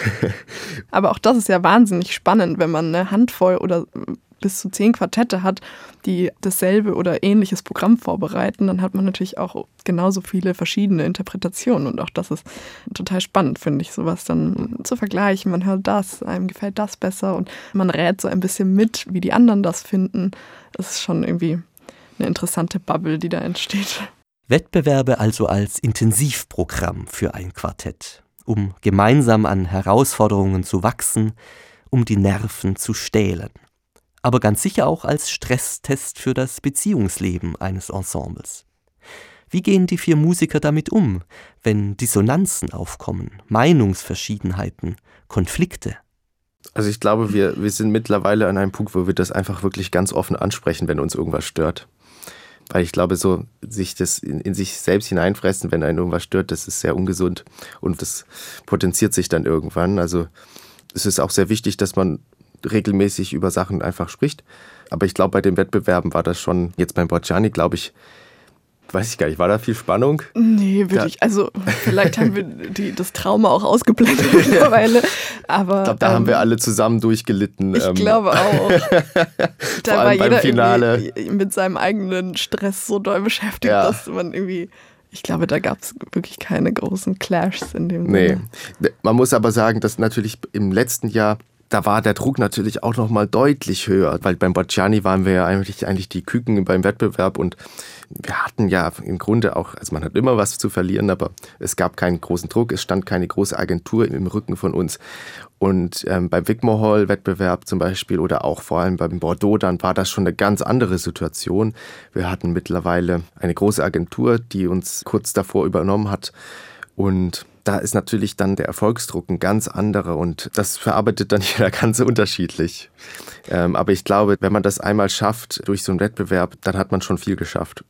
Speaker 4: Aber auch das ist ja wahnsinnig spannend, wenn man eine Handvoll oder bis zu 10 Quartette hat, die dasselbe oder ähnliches Programm vorbereiten, dann hat man natürlich auch genauso viele verschiedene Interpretationen. Und auch das ist total spannend, finde ich, sowas dann zu vergleichen. Man hört das, einem gefällt das besser und man rät so ein bisschen mit, wie die anderen das finden. Das ist schon irgendwie eine interessante Bubble, die da entsteht.
Speaker 2: Wettbewerbe also als Intensivprogramm für ein Quartett, um gemeinsam an Herausforderungen zu wachsen, um die Nerven zu stählen. Aber ganz sicher auch als Stresstest für das Beziehungsleben eines Ensembles. Wie gehen die 4 Musiker damit um, wenn Dissonanzen aufkommen, Meinungsverschiedenheiten, Konflikte?
Speaker 3: Also ich glaube, wir sind mittlerweile an einem Punkt, wo wir das einfach wirklich ganz offen ansprechen, wenn uns irgendwas stört. Weil ich glaube, so sich das in sich selbst hineinfressen, wenn einen irgendwas stört, das ist sehr ungesund und das potenziert sich dann irgendwann. Also es ist auch sehr wichtig, dass man regelmäßig über Sachen einfach spricht. Aber ich glaube, bei den Wettbewerben war das schon, jetzt beim Borgianni, glaube ich, weiß ich gar nicht, war da viel Spannung?
Speaker 4: Nee, wirklich. Also vielleicht haben wir das Trauma auch ausgeblendet mittlerweile. Aber
Speaker 3: ich glaube, da haben wir alle zusammen durchgelitten.
Speaker 4: Ich glaube auch. Da
Speaker 3: vor allem
Speaker 4: war jeder
Speaker 3: beim Finale
Speaker 4: mit seinem eigenen Stress so doll beschäftigt, dass man irgendwie... Ich glaube, da gab es wirklich keine großen Clashs in dem Sinne.
Speaker 3: Nee, man muss aber sagen, dass natürlich im letzten Jahr, da war der Druck natürlich auch noch mal deutlich höher, weil beim Borgianni waren wir ja eigentlich die Küken beim Wettbewerb und wir hatten ja im Grunde auch, also man hat immer was zu verlieren, aber es gab keinen großen Druck, es stand keine große Agentur im Rücken von uns. Und beim Wigmore Hall Wettbewerb zum Beispiel oder auch vor allem beim Bordeaux, dann war das schon eine ganz andere Situation. Wir hatten mittlerweile eine große Agentur, die uns kurz davor übernommen hat und da ist natürlich dann der Erfolgsdruck ein ganz anderer und das verarbeitet dann jeder ganz unterschiedlich. Aber ich glaube, wenn man das einmal schafft durch so einen Wettbewerb, dann hat man schon viel geschafft.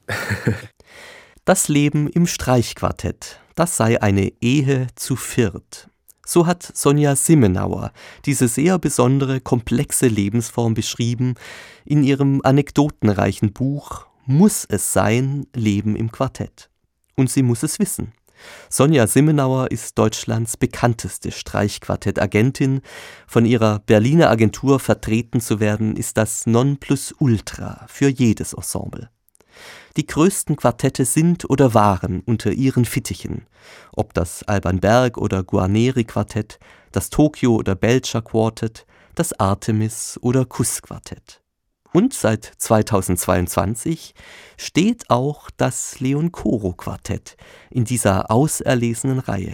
Speaker 2: Das Leben im Streichquartett, das sei eine Ehe zu viert. So hat Sonja Simmenauer diese sehr besondere, komplexe Lebensform beschrieben in ihrem anekdotenreichen Buch »Muss es sein, Leben im Quartett«. Und sie muss es wissen. Sonja Simmenauer ist Deutschlands bekannteste Streichquartettagentin. Von ihrer Berliner Agentur vertreten zu werden, ist das Nonplusultra für jedes Ensemble. Die größten Quartette sind oder waren unter ihren Fittichen. Ob das Alban Berg oder Guarneri-Quartett, das Tokio oder Belcher Quartet, das Artemis oder Kuss-Quartett. Und seit 2022 steht auch das Leon-Koro-Quartett in dieser auserlesenen Reihe.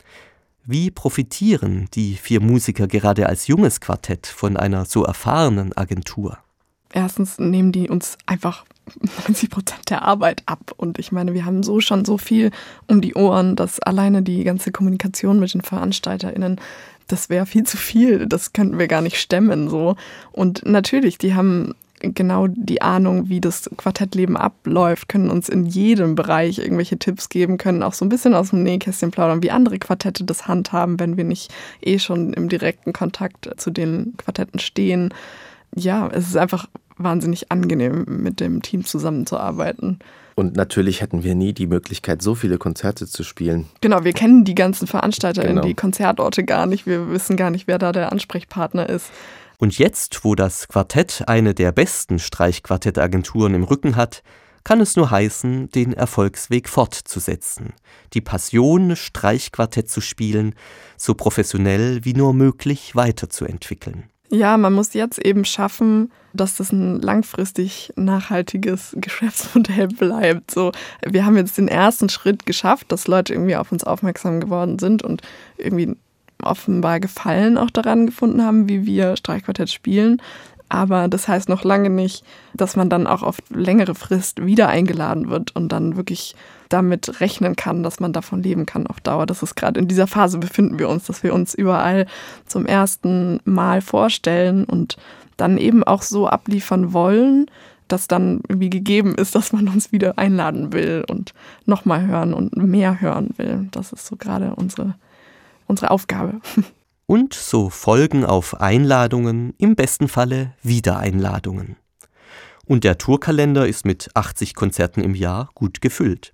Speaker 2: Wie profitieren die 4 Musiker gerade als junges Quartett von einer so erfahrenen Agentur?
Speaker 4: Erstens nehmen die uns einfach 90% der Arbeit ab. Und ich meine, wir haben schon so viel um die Ohren, dass alleine die ganze Kommunikation mit den VeranstalterInnen, das wäre viel zu viel. Das könnten wir gar nicht stemmen. So. Und natürlich, die haben genau die Ahnung, wie das Quartettleben abläuft, können uns in jedem Bereich irgendwelche Tipps geben, können auch so ein bisschen aus dem Nähkästchen plaudern, wie andere Quartette das handhaben, wenn wir nicht schon im direkten Kontakt zu den Quartetten stehen. Ja, es ist einfach wahnsinnig angenehm, mit dem Team zusammenzuarbeiten.
Speaker 3: Und natürlich hätten wir nie die Möglichkeit, so viele Konzerte zu spielen.
Speaker 4: Genau, wir kennen die ganzen VeranstalterInnen,
Speaker 3: Genau.
Speaker 4: die Konzertorte gar nicht. Wir wissen gar nicht, wer da der Ansprechpartner ist.
Speaker 2: Und jetzt, wo das Quartett eine der besten Streichquartettagenturen im Rücken hat, kann es nur heißen, den Erfolgsweg fortzusetzen. Die Passion, Streichquartett zu spielen, so professionell wie nur möglich weiterzuentwickeln.
Speaker 4: Ja, man muss jetzt eben schaffen, dass das ein langfristig nachhaltiges Geschäftsmodell bleibt. So, wir haben jetzt den ersten Schritt geschafft, dass Leute irgendwie auf uns aufmerksam geworden sind und irgendwie offenbar Gefallen auch daran gefunden haben, wie wir Streichquartett spielen. Aber das heißt noch lange nicht, dass man dann auch auf längere Frist wieder eingeladen wird und dann wirklich damit rechnen kann, dass man davon leben kann auf Dauer. Das ist gerade in dieser Phase befinden wir uns, dass wir uns überall zum ersten Mal vorstellen und dann eben auch so abliefern wollen, dass dann irgendwie gegeben ist, dass man uns wieder einladen will und nochmal hören und mehr hören will. Das ist so gerade unsere Aufgabe.
Speaker 2: Und so folgen auf Einladungen, im besten Falle Wiedereinladungen. Und der Tourkalender ist mit 80 Konzerten im Jahr gut gefüllt.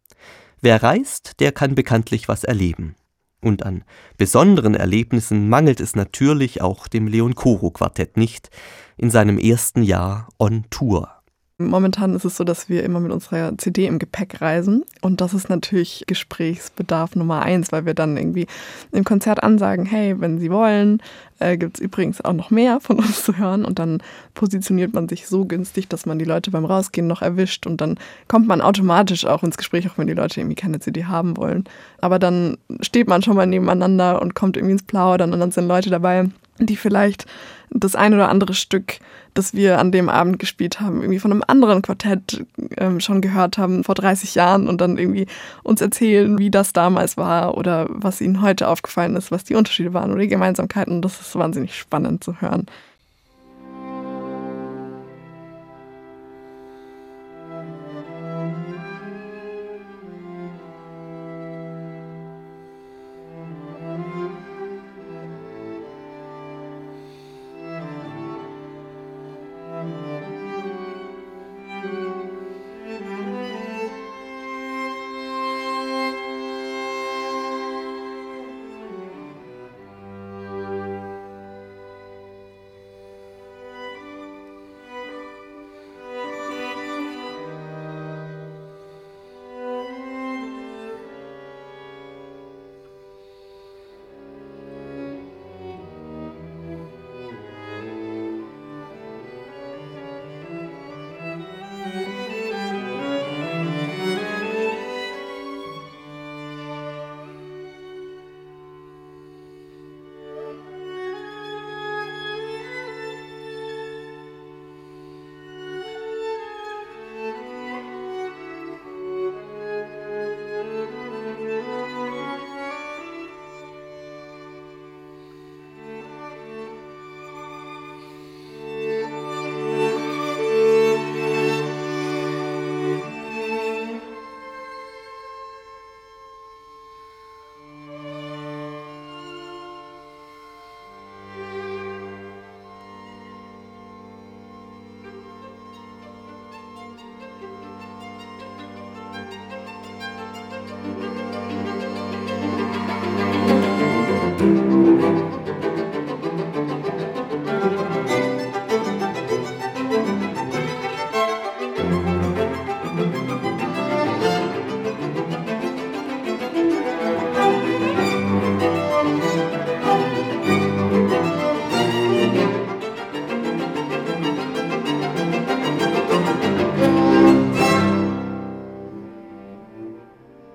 Speaker 2: Wer reist, der kann bekanntlich was erleben. Und an besonderen Erlebnissen mangelt es natürlich auch dem Leon-Koro-Quartett nicht in seinem ersten Jahr on Tour.
Speaker 4: Momentan ist es so, dass wir immer mit unserer CD im Gepäck reisen und das ist natürlich Gesprächsbedarf Nummer 1, weil wir dann irgendwie im Konzert ansagen, hey, wenn Sie wollen, gibt es übrigens auch noch mehr von uns zu hören und dann positioniert man sich so günstig, dass man die Leute beim Rausgehen noch erwischt und dann kommt man automatisch auch ins Gespräch, auch wenn die Leute irgendwie keine CD haben wollen. Aber dann steht man schon mal nebeneinander und kommt irgendwie ins Plaudern und dann sind Leute dabei, die vielleicht das ein oder andere Stück, das wir an dem Abend gespielt haben, irgendwie von einem anderen Quartett schon gehört haben vor 30 Jahren und dann irgendwie uns erzählen, wie das damals war oder was ihnen heute aufgefallen ist, was die Unterschiede waren oder die Gemeinsamkeiten. Das ist wahnsinnig spannend zu hören.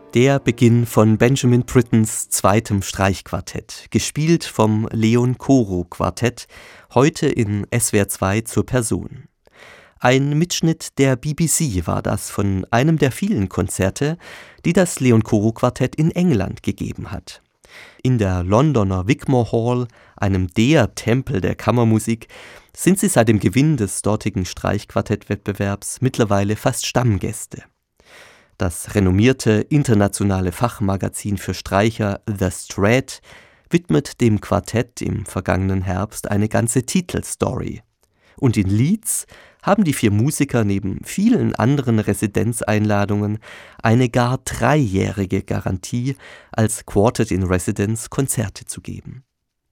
Speaker 2: Der Beginn von Benjamin Brittens zweitem Streichquartett, gespielt vom Leon Koro Quartett, heute in SWR 2 zur Person. Ein Mitschnitt der BBC war das von einem der vielen Konzerte, die das Leon Koro Quartett in England gegeben hat. In der Londoner Wigmore Hall, einem der Tempel der Kammermusik, sind sie seit dem Gewinn des dortigen Streichquartettwettbewerbs mittlerweile fast Stammgäste. Das renommierte internationale Fachmagazin für Streicher The Strad widmet dem Quartett im vergangenen Herbst eine ganze Titelstory. Und in Leeds haben die 4 Musiker neben vielen anderen Residenzeinladungen eine gar 3-jährige Garantie, als Quartet in Residence Konzerte zu geben.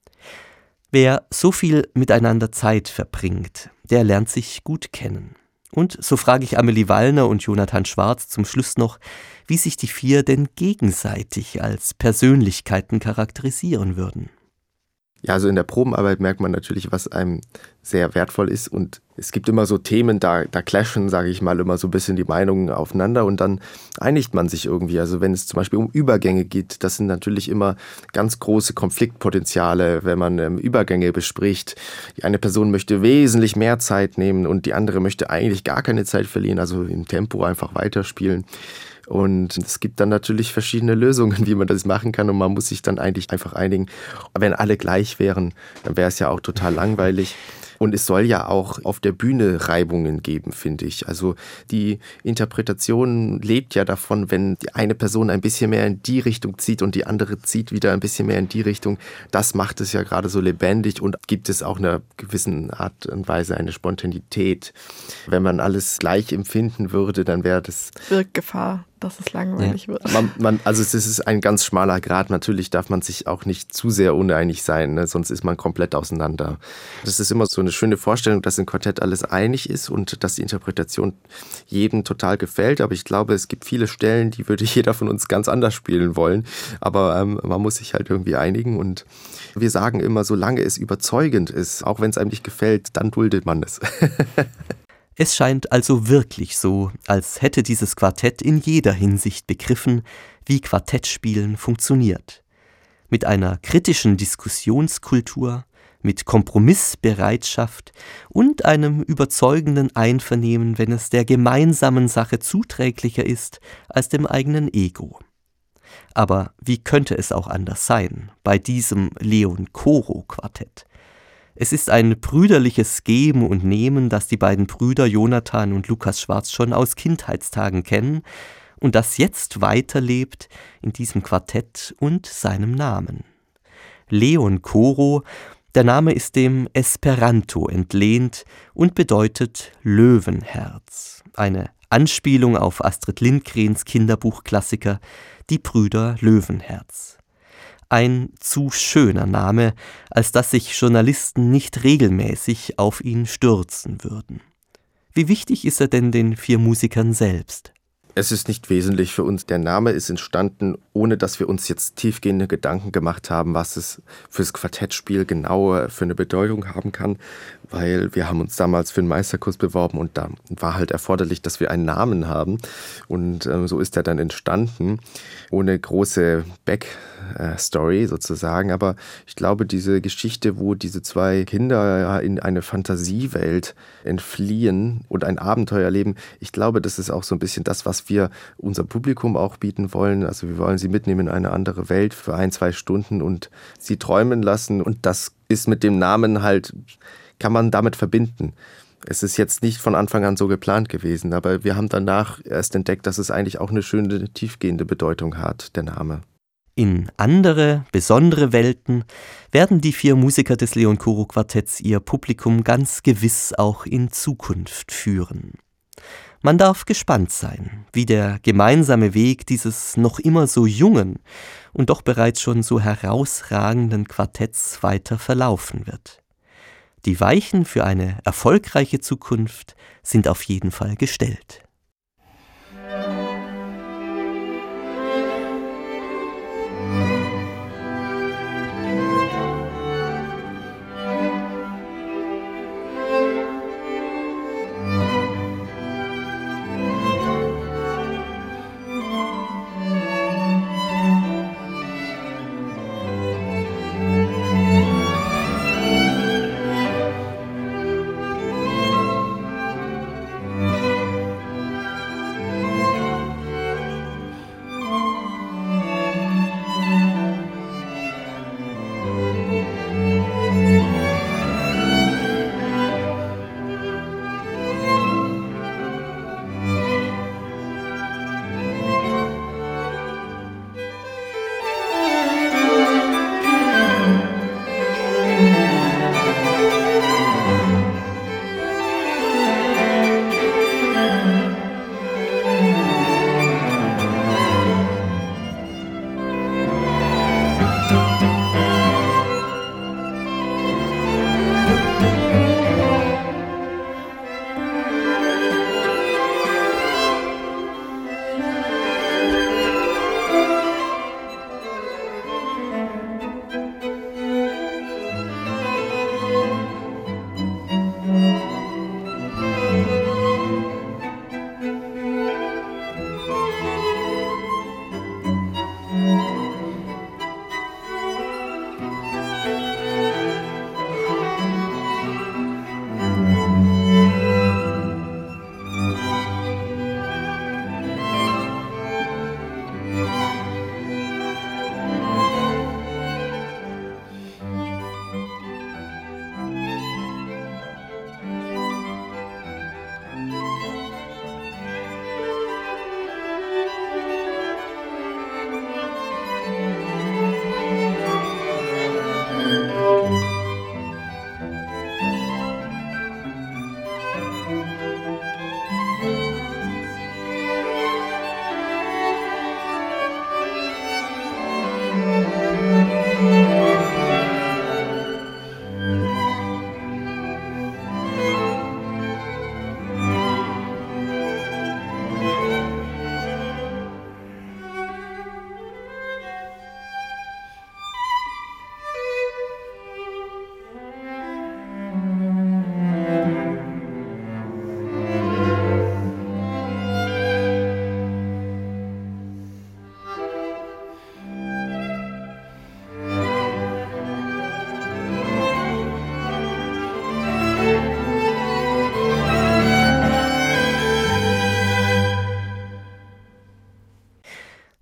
Speaker 2: Wer so viel miteinander Zeit verbringt, der lernt sich gut kennen. Und so frage ich Amelie Wallner und Jonathan Schwarz zum Schluss noch, wie sich die 4 denn gegenseitig als Persönlichkeiten charakterisieren würden.
Speaker 3: Ja, also in der Probenarbeit merkt man natürlich, was einem sehr wertvoll ist, und es gibt immer so Themen, da clashen, sage ich mal, immer so ein bisschen die Meinungen aufeinander und dann einigt man sich irgendwie. Also wenn es zum Beispiel um Übergänge geht, das sind natürlich immer ganz große Konfliktpotenziale, wenn man Übergänge bespricht. Die eine Person möchte wesentlich mehr Zeit nehmen und die andere möchte eigentlich gar keine Zeit verlieren, also im Tempo einfach weiterspielen. Und es gibt dann natürlich verschiedene Lösungen, wie man das machen kann, und man muss sich dann eigentlich einfach einigen. Wenn alle gleich wären, dann wäre es ja auch total langweilig. Und es soll ja auch auf der Bühne Reibungen geben, finde ich. Also die Interpretation lebt ja davon, wenn die eine Person ein bisschen mehr in die Richtung zieht und die andere zieht wieder ein bisschen mehr in die Richtung. Das macht es ja gerade so lebendig und gibt es auch in einer gewissen Art und Weise eine Spontanität. Wenn man alles gleich empfinden würde, dann wäre das...
Speaker 4: Wirkgefahr, dass es langweilig wird.
Speaker 3: Also es ist ein ganz schmaler Grat. Natürlich darf man sich auch nicht zu sehr uneinig sein, ne? Sonst ist man komplett auseinander. Das ist immer so eine schöne Vorstellung, dass im Quartett alles einig ist und dass die Interpretation jedem total gefällt. Aber ich glaube, es gibt viele Stellen, die würde jeder von uns ganz anders spielen wollen. Aber man muss sich halt irgendwie einigen. Und wir sagen immer, solange es überzeugend ist, auch wenn es einem nicht gefällt, dann duldet man es.
Speaker 2: Es scheint also wirklich so, als hätte dieses Quartett in jeder Hinsicht begriffen, wie Quartettspielen funktioniert. Mit einer kritischen Diskussionskultur, mit Kompromissbereitschaft und einem überzeugenden Einvernehmen, wenn es der gemeinsamen Sache zuträglicher ist als dem eigenen Ego. Aber wie könnte es auch anders sein bei diesem Leon Koro Quartett? Es ist ein brüderliches Geben und Nehmen, das die beiden Brüder Jonathan und Lukas Schwarz schon aus Kindheitstagen kennen und das jetzt weiterlebt in diesem Quartett und seinem Namen. Leon Koro, der Name ist dem Esperanto entlehnt und bedeutet Löwenherz, eine Anspielung auf Astrid Lindgrens Kinderbuchklassiker Die Brüder Löwenherz. Ein zu schöner Name, als dass sich Journalisten nicht regelmäßig auf ihn stürzen würden. Wie wichtig ist er denn den 4 Musikern selbst?
Speaker 3: Es ist nicht wesentlich für uns. Der Name ist entstanden, ohne dass wir uns jetzt tiefgehende Gedanken gemacht haben, was es fürs Quartettspiel genau für eine Bedeutung haben kann, weil wir haben uns damals für einen Meisterkurs beworben und da war halt erforderlich, dass wir einen Namen haben, und so ist er dann entstanden, ohne große Backstory sozusagen. Aber ich glaube, diese Geschichte, wo diese 2 Kinder in eine Fantasiewelt entfliehen und ein Abenteuer erleben, ich glaube, das ist auch so ein bisschen das, was wir unserem Publikum auch bieten wollen. Also wir wollen sie mitnehmen in eine andere Welt für 1-2 Stunden und sie träumen lassen, und das ist mit dem Namen halt, kann man damit verbinden. Es ist jetzt nicht von Anfang an so geplant gewesen, aber wir haben danach erst entdeckt, dass es eigentlich auch eine schöne, tiefgehende Bedeutung hat, der Name.
Speaker 2: In andere, besondere Welten werden die 4 Musiker des Leon Koro Quartetts ihr Publikum ganz gewiss auch in Zukunft führen. Man darf gespannt sein, wie der gemeinsame Weg dieses noch immer so jungen und doch bereits schon so herausragenden Quartetts weiter verlaufen wird. Die Weichen für eine erfolgreiche Zukunft sind auf jeden Fall gestellt.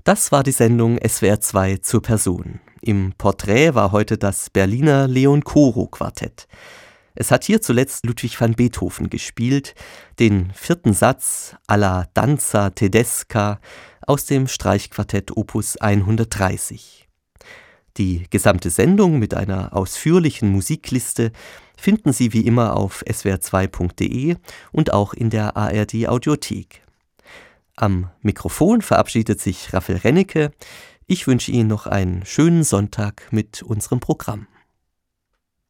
Speaker 2: Das war die Sendung SWR 2 zur Person. Im Porträt war heute das Berliner Leon Koro Quartett. Es hat hier zuletzt Ludwig van Beethoven gespielt, den 4. Satz alla danza tedesca aus dem Streichquartett Opus 130. Die gesamte Sendung mit einer ausführlichen Musikliste finden Sie wie immer auf swr2.de und auch in der ARD Audiothek. Am Mikrofon verabschiedet sich Raphael Rennecke. Ich wünsche Ihnen noch einen schönen Sonntag mit unserem Programm.